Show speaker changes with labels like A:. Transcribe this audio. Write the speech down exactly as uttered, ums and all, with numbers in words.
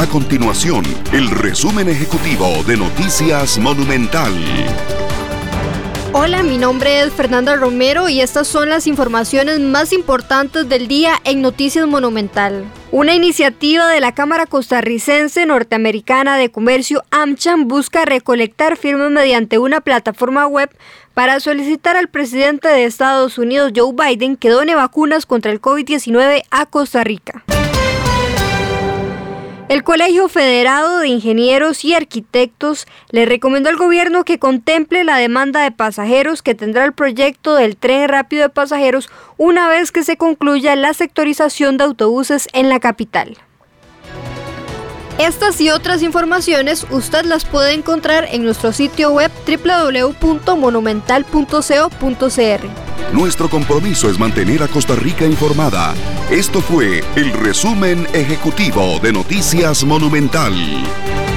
A: continuación el resumen ejecutivo de Noticias Monumental.
B: Hola, mi nombre es Fernanda Romero y estas son las informaciones más importantes del día en Noticias Monumental. Una iniciativa de la Cámara Costarricense Norteamericana de Comercio, AmCham, busca recolectar firmas mediante una plataforma web para solicitar al presidente de Estados Unidos, Joe Biden, que done vacunas contra el COVID diecinueve a Costa Rica. El Colegio Federado de Ingenieros y Arquitectos le recomendó al gobierno que contemple la demanda de pasajeros que tendrá el proyecto del tren rápido de pasajeros una vez que se concluya la sectorización de autobuses en la capital. Estas y otras informaciones usted las puede encontrar en nuestro sitio web doble u doble u doble u punto monumental punto co punto c r.
A: Nuestro compromiso es mantener a Costa Rica informada. Esto fue el resumen ejecutivo de Noticias Monumental.